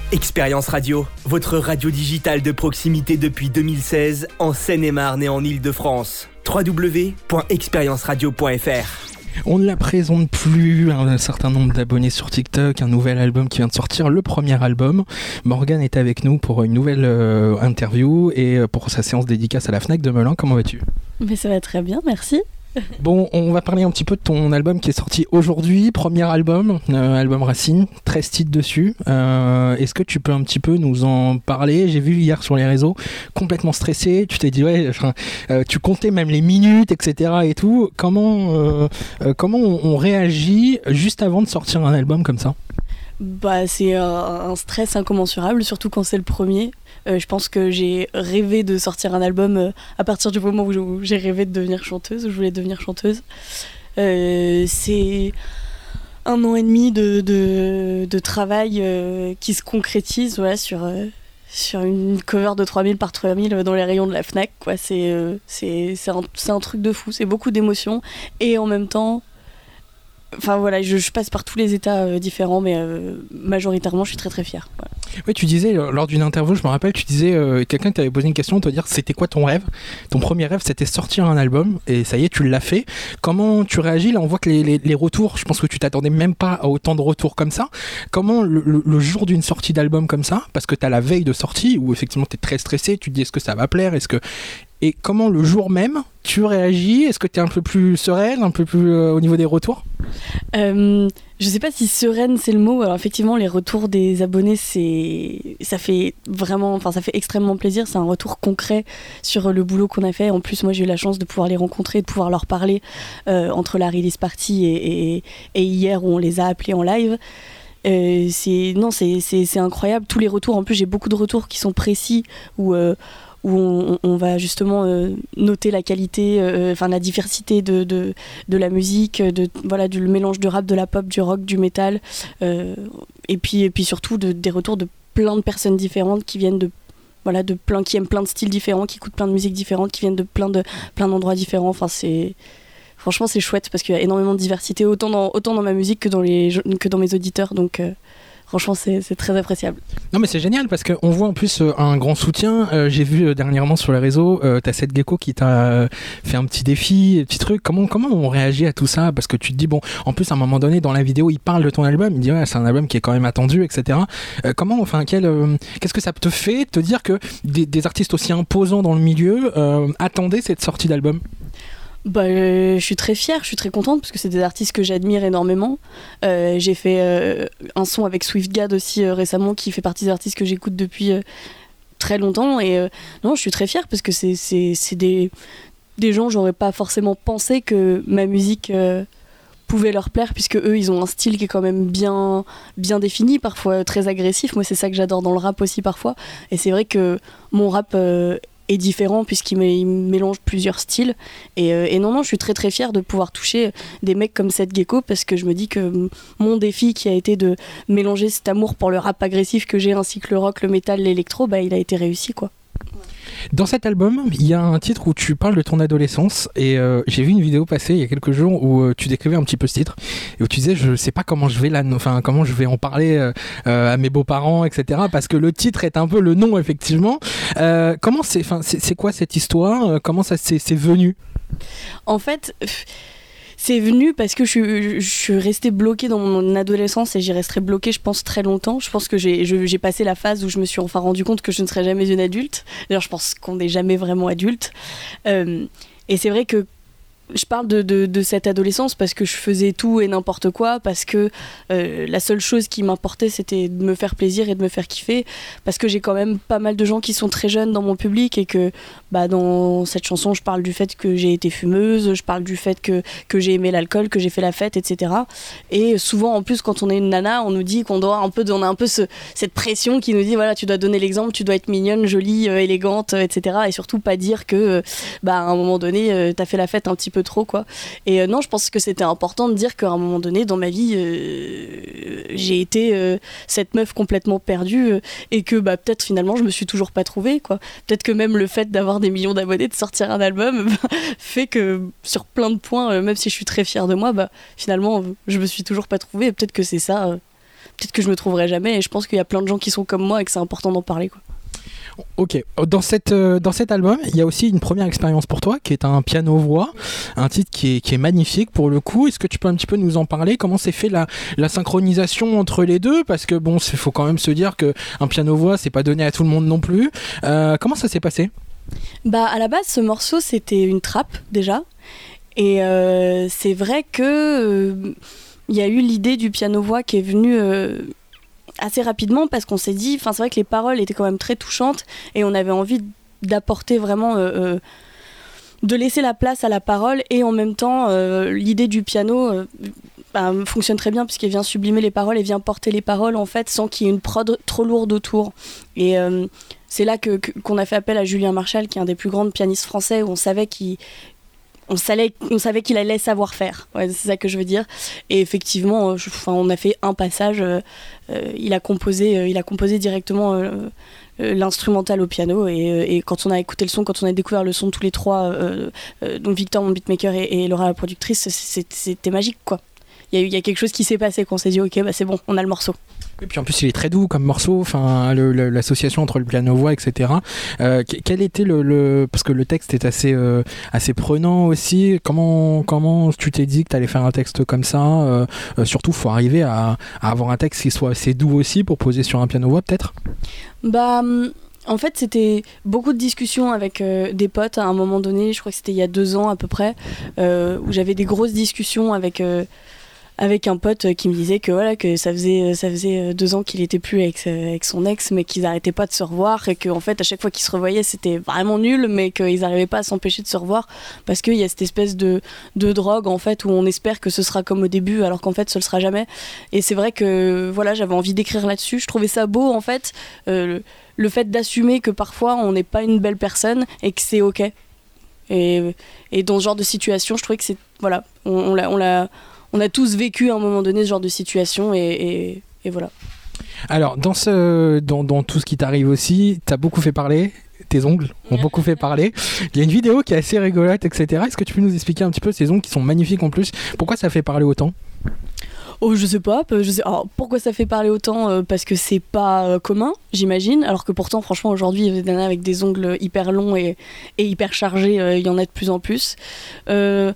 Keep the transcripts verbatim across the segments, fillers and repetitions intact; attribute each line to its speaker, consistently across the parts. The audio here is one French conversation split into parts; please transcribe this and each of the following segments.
Speaker 1: Expérience Radio, votre radio digitale de proximité depuis deux mille seize en Seine-et-Marne et en Île-de-France. w w w point expérience radio point f r.
Speaker 2: On ne la présente plus, un certain nombre d'abonnés sur TikTok, un nouvel album qui vient de sortir, le premier album. Morgane est avec nous pour une nouvelle euh, interview et pour sa séance dédicace à la Fnac de Melun. Comment vas-tu ?
Speaker 3: Mais ça va très bien, merci.
Speaker 2: Bon, on va parler un petit peu de ton album qui est sorti aujourd'hui, premier album, euh, album Racine, treize titres dessus. Euh, est-ce que tu peux un petit peu nous en parler ? J'ai vu hier sur les réseaux, complètement stressé, tu t'es dit, ouais, enfin, euh, tu comptais même les minutes, et cetera et tout. Comment, euh, euh, comment on, on réagit juste avant de sortir un album comme ça ?
Speaker 3: Bah, c'est un, un stress incommensurable, surtout quand c'est le premier. Euh, je pense que j'ai rêvé de sortir un album euh, à partir du moment où j'ai rêvé de devenir chanteuse, où je voulais devenir chanteuse. Euh, c'est un an et demi de, de, de travail euh, qui se concrétise voilà, sur, euh, sur une cover de trois mille par trois mille dans les rayons de la Fnac. Quoi. C'est, euh, c'est, c'est, un, c'est un truc de fou, c'est beaucoup d'émotions et en même temps... Enfin voilà, je, je passe par tous les états euh, différents, mais euh, majoritairement, je suis très très fière. Voilà.
Speaker 2: Oui, tu disais, lors d'une interview, je me rappelle, tu disais, euh, quelqu'un t'avait posé une question, te dire c'était quoi ton rêve ? Ton premier rêve, c'était sortir un album, et ça y est, tu l'as fait. Comment tu réagis ? Là, on voit que les, les, les retours, je pense que tu t'attendais même pas à autant de retours comme ça. Comment, le, le, le jour d'une sortie d'album comme ça, parce que t'as la veille de sortie, où effectivement t'es très stressé, tu te dis est-ce que ça va plaire, est-ce que... Et comment le jour même, tu réagis ? Est-ce que tu es un peu plus sereine, un peu plus euh, au niveau des retours ?
Speaker 3: euh, Je sais pas si sereine c'est le mot. Alors effectivement, les retours des abonnés, c'est ça fait vraiment, enfin ça fait extrêmement plaisir. C'est un retour concret sur le boulot qu'on a fait. En plus, moi j'ai eu la chance de pouvoir les rencontrer, de pouvoir leur parler euh, entre la release party et, et, et hier où on les a appelés en live. Euh, c'est non, c'est, c'est c'est incroyable. Tous les retours. En plus, j'ai beaucoup de retours qui sont précis où euh, où on, on va justement euh, noter la qualité, enfin euh, la diversité de, de, de la musique, de, voilà, du mélange du rap, de la pop, du rock, du métal, euh, et, puis, et puis surtout de, des retours de plein de personnes différentes qui viennent de, voilà, de plein, qui aiment plein de styles différents, qui écoutent plein de musiques différentes, qui viennent de plein, de, plein d'endroits différents. Enfin, c'est... Franchement, c'est chouette parce qu'il y a énormément de diversité, autant dans, autant dans ma musique que dans, les, que dans mes auditeurs, donc... Euh, Franchement, c'est, c'est très appréciable.
Speaker 2: Non, mais c'est génial parce qu'on voit en plus euh, un grand soutien. Euh, j'ai vu euh, dernièrement sur les réseaux, euh, t'as Seth Gecko qui t'a euh, fait un petit défi, un petit truc. Comment, comment on réagit à tout ça ? Parce que tu te dis, bon, en plus, à un moment donné, dans la vidéo, il parle de ton album. Il dit, ouais, c'est un album qui est quand même attendu, et cetera. Euh, comment, enfin, quel, euh, qu'est-ce que ça te fait te dire que des, des artistes aussi imposants dans le milieu euh, attendaient cette sortie d'album ?
Speaker 3: Bah, euh, je suis très fière, je suis très contente parce que c'est des artistes que j'admire énormément. Euh, j'ai fait euh, un son avec Swiftgad aussi euh, récemment qui fait partie des artistes que j'écoute depuis euh, très longtemps et euh, non, je suis très fière parce que c'est, c'est, c'est des, des gens, j'aurais pas forcément pensé que ma musique euh, pouvait leur plaire puisque eux ils ont un style qui est quand même bien, bien défini, parfois très agressif. Moi c'est ça que j'adore dans le rap aussi parfois et c'est vrai que mon rap euh, est différent puisqu'il m- mélange plusieurs styles et, euh, et non non je suis très très fière de pouvoir toucher des mecs comme Seth Gecko parce que je me dis que m- mon défi qui a été de mélanger cet amour pour le rap agressif que j'ai ainsi que le rock, le métal, l'électro, bah il a été réussi quoi.
Speaker 2: Dans cet album, il y a un titre où tu parles de ton adolescence et euh, j'ai vu une vidéo passer il y a quelques jours où euh, tu décrivais un petit peu ce titre et où tu disais je sais pas comment je vais là, enfin comment je vais en parler euh, euh, à mes beaux-parents, et cetera. Parce que le titre est un peu le nom effectivement. Euh, comment c'est, enfin c'est, c'est quoi cette histoire ? Comment ça c'est, c'est venu ?
Speaker 3: En fait. C'est venu parce que je suis, je suis restée bloquée dans mon adolescence et j'y resterai bloquée, je pense, très longtemps. Je pense que j'ai, je, j'ai passé la phase où je me suis enfin rendu compte que je ne serais jamais une adulte. D'ailleurs, je pense qu'on n'est jamais vraiment adulte. Euh, et c'est vrai que je parle de, de, de cette adolescence parce que je faisais tout et n'importe quoi, parce que euh, la seule chose qui m'importait c'était de me faire plaisir et de me faire kiffer, parce que j'ai quand même pas mal de gens qui sont très jeunes dans mon public et que bah, dans cette chanson je parle du fait que j'ai été fumeuse, je parle du fait que, que j'ai aimé l'alcool, que j'ai fait la fête, et cetera. Et souvent en plus quand on est une nana on nous dit qu'on doit un peu, on a un peu ce, cette pression qui nous dit voilà tu dois donner l'exemple, tu dois être mignonne, jolie, euh, élégante, et cetera. Et surtout pas dire que euh, bah, à un moment donné euh, t'as fait la fête un petit peu trop quoi. Et euh, non je pense que c'était important de dire qu'à un moment donné dans ma vie euh, j'ai été euh, cette meuf complètement perdue euh, et que bah, peut-être finalement je me suis toujours pas trouvée quoi. Peut-être que même le fait d'avoir des millions d'abonnés, de sortir un album bah, fait que sur plein de points euh, même si je suis très fière de moi bah, finalement je me suis toujours pas trouvée et peut-être que c'est ça euh, peut-être que je me trouverai jamais, et je pense qu'il y a plein de gens qui sont comme moi et que c'est important d'en parler, quoi.
Speaker 2: Ok, dans, cette, euh, dans cet album, il y a aussi une première expérience pour toi qui est un piano-voix, un titre qui est, qui est magnifique pour le coup. Est-ce que tu peux un petit peu nous en parler? Comment s'est fait la, la synchronisation entre les deux? Parce que bon, il faut quand même se dire qu'un piano-voix, c'est pas donné à tout le monde non plus. Euh, comment ça s'est passé?
Speaker 3: Bah, à la base, ce morceau, c'était une trappe déjà. Et euh, c'est vrai que euh, il y a eu l'idée du piano-voix qui est venue euh, assez rapidement parce qu'on s'est dit, enfin c'est vrai que les paroles étaient quand même très touchantes et on avait envie d'apporter vraiment, euh, euh, de laisser la place à la parole, et en même temps euh, l'idée du piano euh, bah, fonctionne très bien puisqu'il vient sublimer les paroles et vient porter les paroles en fait sans qu'il y ait une prod trop lourde autour. Et euh, c'est là que, que, qu'on a fait appel à Julien Marchal, qui est un des plus grands pianistes français, où on savait qu'il On savait, on savait qu'il allait savoir faire, ouais, c'est ça que je veux dire. Et effectivement, je, enfin, on a fait un passage, euh, euh, il, a composé, euh, il a composé directement euh, euh, l'instrumental au piano, et, et quand on a écouté le son, quand on a découvert le son tous les trois, euh, euh, donc Victor, mon beatmaker, et, et Laura, la productrice, c'était magique, quoi. Il y a, il y a quelque chose qui s'est passé, qu'on s'est dit, ok, bah c'est bon, on a le morceau.
Speaker 2: Et puis en plus il est très doux comme morceau, enfin le, le, l'association entre le piano-voix, et cetera. Euh, quel était le, le parce que le texte est assez euh, assez prenant aussi. Comment comment tu t'es dit que tu allais faire un texte comme ça? euh, euh, Surtout faut arriver à, à avoir un texte qui soit assez doux aussi pour poser sur un piano-voix peut-être.
Speaker 3: Bah en fait, c'était beaucoup de discussions avec euh, des potes à un moment donné. Je crois que c'était il y a deux ans à peu près, euh, où j'avais des grosses discussions avec. Euh, avec un pote qui me disait que voilà que ça faisait ça faisait deux ans qu'il était plus avec, avec son ex, mais qu'ils arrêtaient pas de se revoir, et qu'en fait à chaque fois qu'ils se revoyaient c'était vraiment nul, mais qu'ils n'arrivaient pas à s'empêcher de se revoir parce qu'il y a cette espèce de de drogue en fait où on espère que ce sera comme au début alors qu'en fait ce le sera jamais. Et c'est vrai que voilà, j'avais envie d'écrire là-dessus. Je trouvais ça beau en fait, euh, le, le fait d'assumer que parfois on n'est pas une belle personne et que c'est ok. Et, et dans ce genre de situation, je trouvais que c'est voilà, on, on l'a on l'a On a tous vécu à un moment donné ce genre de situation, et, et, et voilà.
Speaker 2: Alors, dans, ce, dans, dans tout ce qui t'arrive aussi, t'as beaucoup fait parler, tes ongles ont beaucoup fait parler. Il y a une vidéo qui est assez rigolote, et cetera. Est-ce que tu peux nous expliquer un petit peu ces ongles qui sont magnifiques en plus? Pourquoi ça fait parler autant?
Speaker 3: Oh, je sais pas. Je sais... Alors, pourquoi ça fait parler autant? euh, Parce que c'est pas euh, commun, j'imagine. Alors que pourtant, franchement, aujourd'hui, il y a des nanas avec des ongles hyper longs et, et hyper chargés. Euh, il y en a de plus en plus. Euh...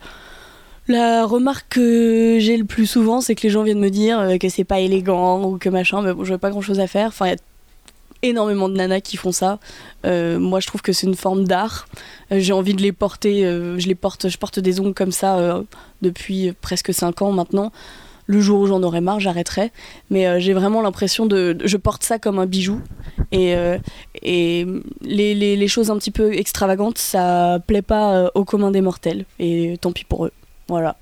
Speaker 3: La remarque que j'ai le plus souvent, c'est que les gens viennent me dire que c'est pas élégant ou que machin, mais bon, j'avais pas grand chose à faire. Enfin, il y a énormément de nanas qui font ça. Euh, moi, je trouve que c'est une forme d'art. Euh, j'ai envie de les porter. Euh, je les porte, je porte des ongles comme ça euh, depuis presque cinq ans maintenant. Le jour où j'en aurai marre, j'arrêterai. Mais euh, j'ai vraiment l'impression de, de. Je porte ça comme un bijou. Et, euh, et les, les, les choses un petit peu extravagantes, ça plaît pas euh, au commun des mortels. Et tant pis pour eux. Voilà.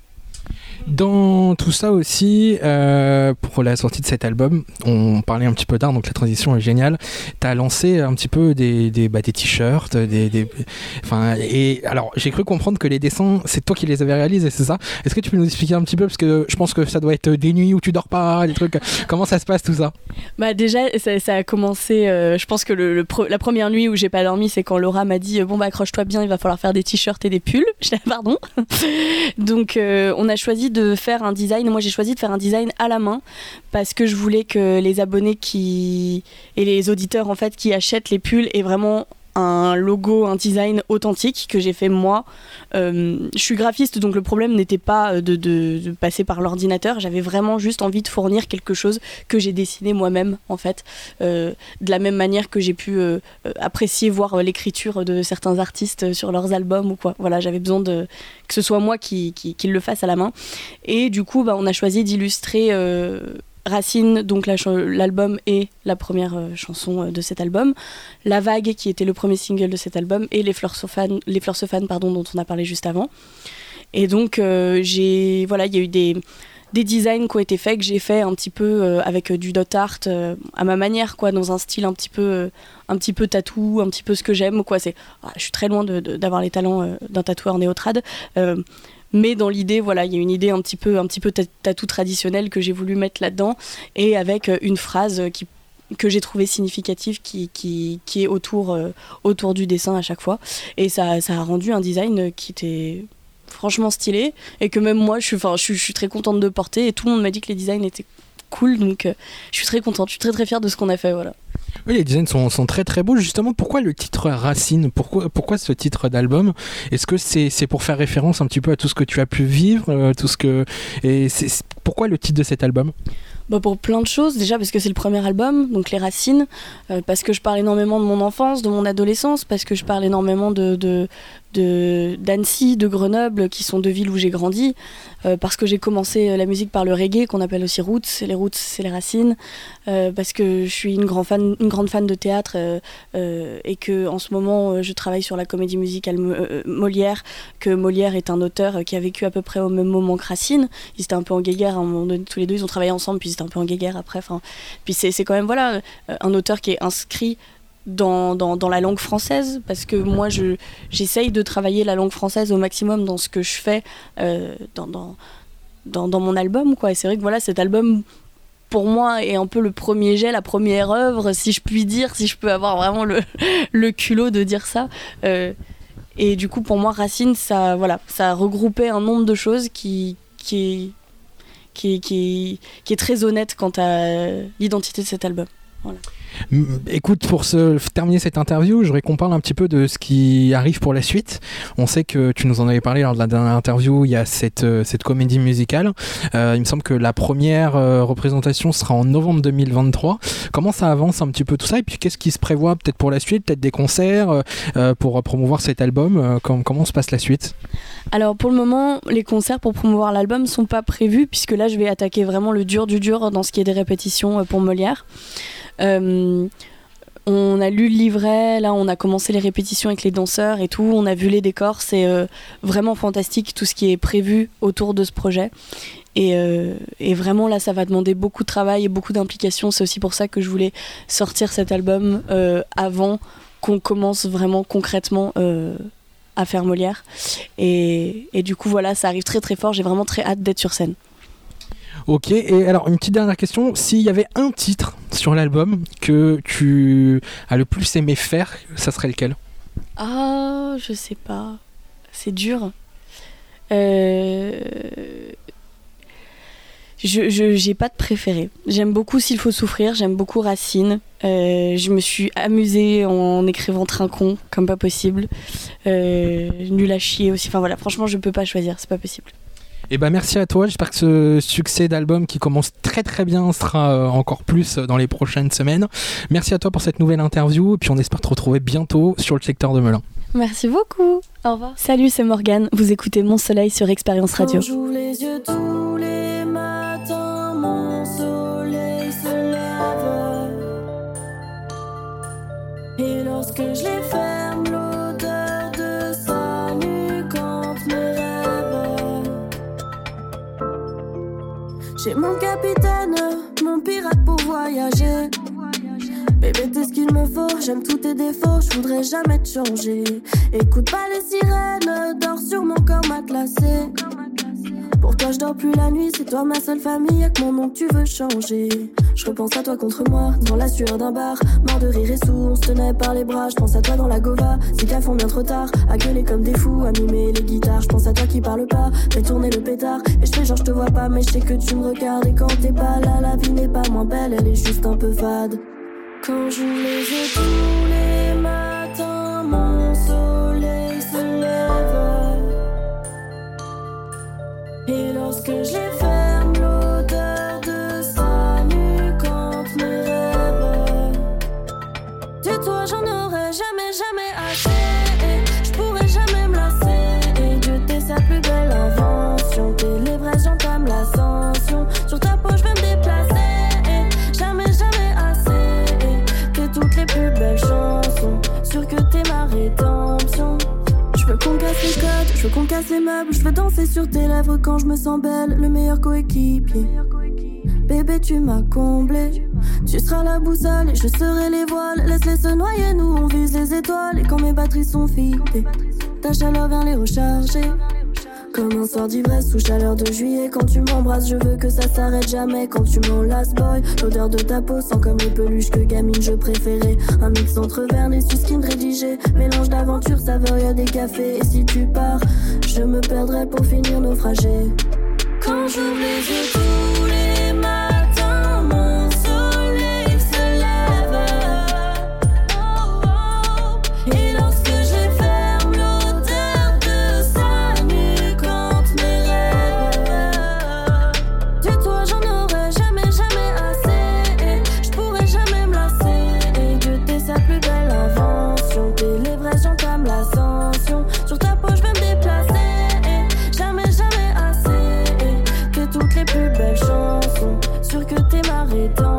Speaker 2: Dans tout ça aussi, euh, pour la sortie de cet album, on parlait un petit peu d'art, donc la transition est géniale. Tu as lancé un petit peu des, des, bah, des t-shirts, des, des, enfin, et alors j'ai cru comprendre que les dessins, c'est toi qui les avais réalisés, c'est ça? Est-ce que tu peux nous expliquer un petit peu, parce que je pense que ça doit être des nuits où tu dors pas, des trucs. Comment ça se passe tout ça?
Speaker 3: Bah déjà, ça, ça a commencé. Euh, je pense que le, le pre- la première nuit où j'ai pas dormi, c'est quand Laura m'a dit bon bah accroche-toi bien, il va falloir faire des t-shirts et des pulls. Je dis pardon. Donc euh, on a choisi de faire un design. Moi j'ai choisi de faire un design à la main parce que je voulais que les abonnés qui et les auditeurs en fait qui achètent les pulls aient vraiment un logo, un design authentique que j'ai fait moi. Euh, je suis graphiste, donc le problème n'était pas de, de, de passer par l'ordinateur. J'avais vraiment juste envie de fournir quelque chose que j'ai dessiné moi-même, en fait. Euh, de la même manière que j'ai pu euh, apprécier voir l'écriture de certains artistes sur leurs albums ou quoi. Voilà, j'avais besoin de, que ce soit moi qui, qui, qui le fasse à la main. Et du coup, bah, on a choisi d'illustrer... Euh, Racine, donc la ch- l'album et la première euh, chanson euh, de cet album, La Vague qui était le premier single de cet album, et Les Fleurs Sophanes, les Fleurs Sophanes pardon, dont on a parlé juste avant. Et donc euh, j'ai voilà, il y a eu des des designs qui ont été faits que j'ai fait un petit peu euh, avec euh, du dot art euh, à ma manière quoi, dans un style un petit peu euh, un petit peu tatou, un petit peu ce que j'aime quoi. C'est ah, je suis très loin de, de, d'avoir les talents euh, d'un tatoueur néo-trad. Euh, Mais dans l'idée, voilà, il y a une idée un petit peu, un petit peu tatou traditionnel que j'ai voulu mettre là-dedans, et avec une phrase qui, que j'ai trouvée significative qui, qui, qui est autour, euh, autour du dessin à chaque fois. Et ça, ça a rendu un design qui était franchement stylé, et que même moi, je suis, enfin, je suis, je suis très contente de porter, et tout le monde m'a dit que les designs étaient cool. Donc euh, je suis très contente, je suis très très fière de ce qu'on a fait. Voilà.
Speaker 2: Oui, les designs sont, sont très très beaux. Justement, pourquoi le titre Racine ? Pourquoi, pourquoi ce titre d'album ? Est-ce que c'est, c'est pour faire référence un petit peu à tout ce que tu as pu vivre, euh, tout ce que... Et c'est, c'est... Pourquoi le titre de cet album ?
Speaker 3: Bah pour plein de choses, déjà parce que c'est le premier album, donc les racines, euh, parce que je parle énormément de mon enfance, de mon adolescence, parce que je parle énormément de, de, de, d'Annecy, de Grenoble, qui sont deux villes où j'ai grandi, euh, parce que j'ai commencé la musique par le reggae, qu'on appelle aussi roots, et les roots c'est les racines, euh, parce que je suis une, grand fan, une grande fan de théâtre, euh, euh, et que en ce moment je travaille sur la comédie musicale euh, Molière, que Molière est un auteur qui a vécu à peu près au même moment que Racine. Ils étaient un peu en guéguerre à un moment donné, tous les deux, ils ont travaillé ensemble, puis ils étaient un peu en guéguerre après. Puis c'est, c'est quand même voilà, un auteur qui est inscrit dans, dans, dans la langue française, parce que moi je, j'essaye de travailler la langue française au maximum dans ce que je fais euh, dans, dans, dans, dans mon album, quoi. Et c'est vrai que voilà, cet album pour moi est un peu le premier jet, la première œuvre, si je puis dire, si je peux avoir vraiment le, le culot de dire ça. Euh, et du coup pour moi Racine, ça, voilà, ça a regroupé un nombre de choses qui, qui, qui, qui, qui est très honnête quant à l'identité de cet album. Voilà.
Speaker 2: Écoute, pour se terminer cette interview, je voudrais qu'on parle un petit peu de ce qui arrive pour la suite. On sait que tu nous en avais parlé lors de la dernière interview, il y a cette, cette comédie musicale. Euh, il me semble que la première euh, représentation sera en novembre deux mille vingt-trois. Comment ça avance un petit peu tout ça ? Et puis qu'est-ce qui se prévoit peut-être pour la suite ? Peut-être des concerts euh, pour promouvoir cet album euh, comment, comment se passe la suite ?
Speaker 3: Alors pour le moment, les concerts pour promouvoir l'album ne sont pas prévus, puisque là je vais attaquer vraiment le dur du dur dans ce qui est des répétitions pour Molière. Euh, on a lu le livret, là on a commencé les répétitions avec les danseurs et tout, on a vu les décors, c'est euh, vraiment fantastique tout ce qui est prévu autour de ce projet. Et, euh, et vraiment là ça va demander beaucoup de travail et beaucoup d'implication. C'est aussi pour ça que je voulais sortir cet album euh, avant qu'on commence vraiment concrètement euh, à faire Molière. Et, et du coup voilà, ça arrive très très fort, j'ai vraiment très hâte d'être sur scène.
Speaker 2: Ok, et alors une petite dernière question, s'il y avait un titre sur l'album que tu as le plus aimé faire, ça serait lequel ?
Speaker 3: Ah, je sais pas, c'est dur. Euh... Je, je, j'ai pas de préféré. J'aime beaucoup S'il faut souffrir, j'aime beaucoup Racine. Euh, je me suis amusée en écrivant Trincon, comme pas possible. Euh, nul à chier aussi, enfin voilà, franchement je peux pas choisir, c'est pas possible.
Speaker 2: Eh ben merci à toi, j'espère que ce succès d'album qui commence très très bien sera encore plus dans les prochaines semaines. Merci à toi pour cette nouvelle interview et puis on espère te retrouver bientôt sur le secteur de Melun.
Speaker 3: Merci beaucoup, au revoir. Salut, c'est Morgane, vous écoutez Mon Soleil sur Expérience Radio.
Speaker 4: Quand j'ouvre les yeux tous les matins, mon soleil se lève. Et lorsque je les ferme, l'odeur de sa nuque hante mes rêves. J'ai mon capitaine, mon pirate pour voyager. Bébé t'es ce qu'il me faut, j'aime tous tes défauts, je voudrais jamais te changer. Écoute pas les sirènes, dors sur mon corps matelassé. Pour toi je dors plus la nuit, c'est toi ma seule famille, y'a que mon nom que tu veux changer. Je repense à toi contre moi, dans la sueur d'un bar, mort de rire et sous, on se tenait par les bras. Je pense à toi dans la gova, si qu'à fond bien trop tard, à gueuler comme des fous, à mimer les guitares. Je pense à toi qui parle pas, fais tourner le pétard. Et je fais genre je te vois pas, mais je sais que tu me regardes. Et quand t'es pas là, la vie n'est pas moins belle, elle est juste un peu fade. Quand j'ouvre les yeux tous les matins, mon soleil se lève. Et lorsque je les ferme, l'odeur de sa nuque hante mes rêves. De toi j'en aurais jamais, jamais assez. Je pourrais jamais me lasser. Et Dieu t'es sa plus belle invention. T'es les vrais, j'entame l'ascension. Sur ta peau je vais me déplacer. Jamais, jamais assez. T'es toutes les plus belles chansons. Sûr que t'es ma rédemption. Je veux qu'on casse les codes, je veux qu'on casse les meubles. Je veux danser sur tes lèvres quand je me sens belle. Le meilleur coéquipier. Bébé tu m'as comblé. Tu seras la boussole et je serai les voiles. Laisse-les se noyer, nous on vise les étoiles. Et quand mes batteries sont fidées, ta chaleur vient les recharger. Comme un soir d'ivresse sous chaleur de juillet. Quand tu m'embrasses je veux que ça s'arrête jamais. Quand tu m'enlaces boy, l'odeur de ta peau sent comme les peluches que gamine je préférais. Un mix entre Verne et Suskin rédigé. Mélange d'aventure, saveur y'a des cafés. Et si tu pars, je me perdrai pour finir naufragé. Quand j'ouvre les yeux tous les matins, les dents.